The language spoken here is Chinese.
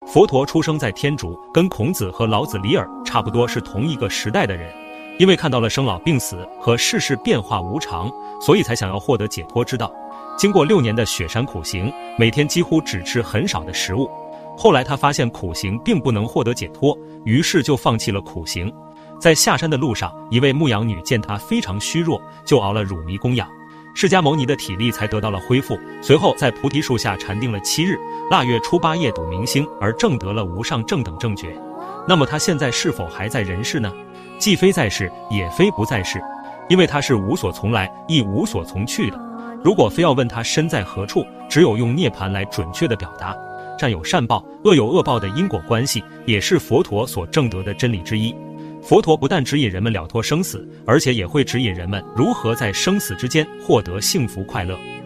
佛陀出生在天竺，跟孔子和老子、李耳差不多是同一个时代的人。因为看到了生老病死和世事变化无常，所以才想要获得解脱之道。经过6年的雪山苦行，每天几乎只吃很少的食物。后来他发现苦行并不能获得解脱，于是就放弃了苦行。在下山的路上，一位牧羊女见他非常虚弱，就熬了乳糜供养。释迦牟尼的体力才得到了恢复，随后在菩提树下禅定了7日，腊月初8夜睹明星，而证得了无上正等正觉。那么他现在是否还在人世呢？既非在世，也非不在世，因为他是无所从来，亦无所从去的。如果非要问他身在何处，只有用涅槃来准确的表达。善有善报，恶有恶报的因果关系，也是佛陀所证得的真理之一。佛陀不但指引人们了脱生死，而且也会指引人们如何在生死之间获得幸福快乐。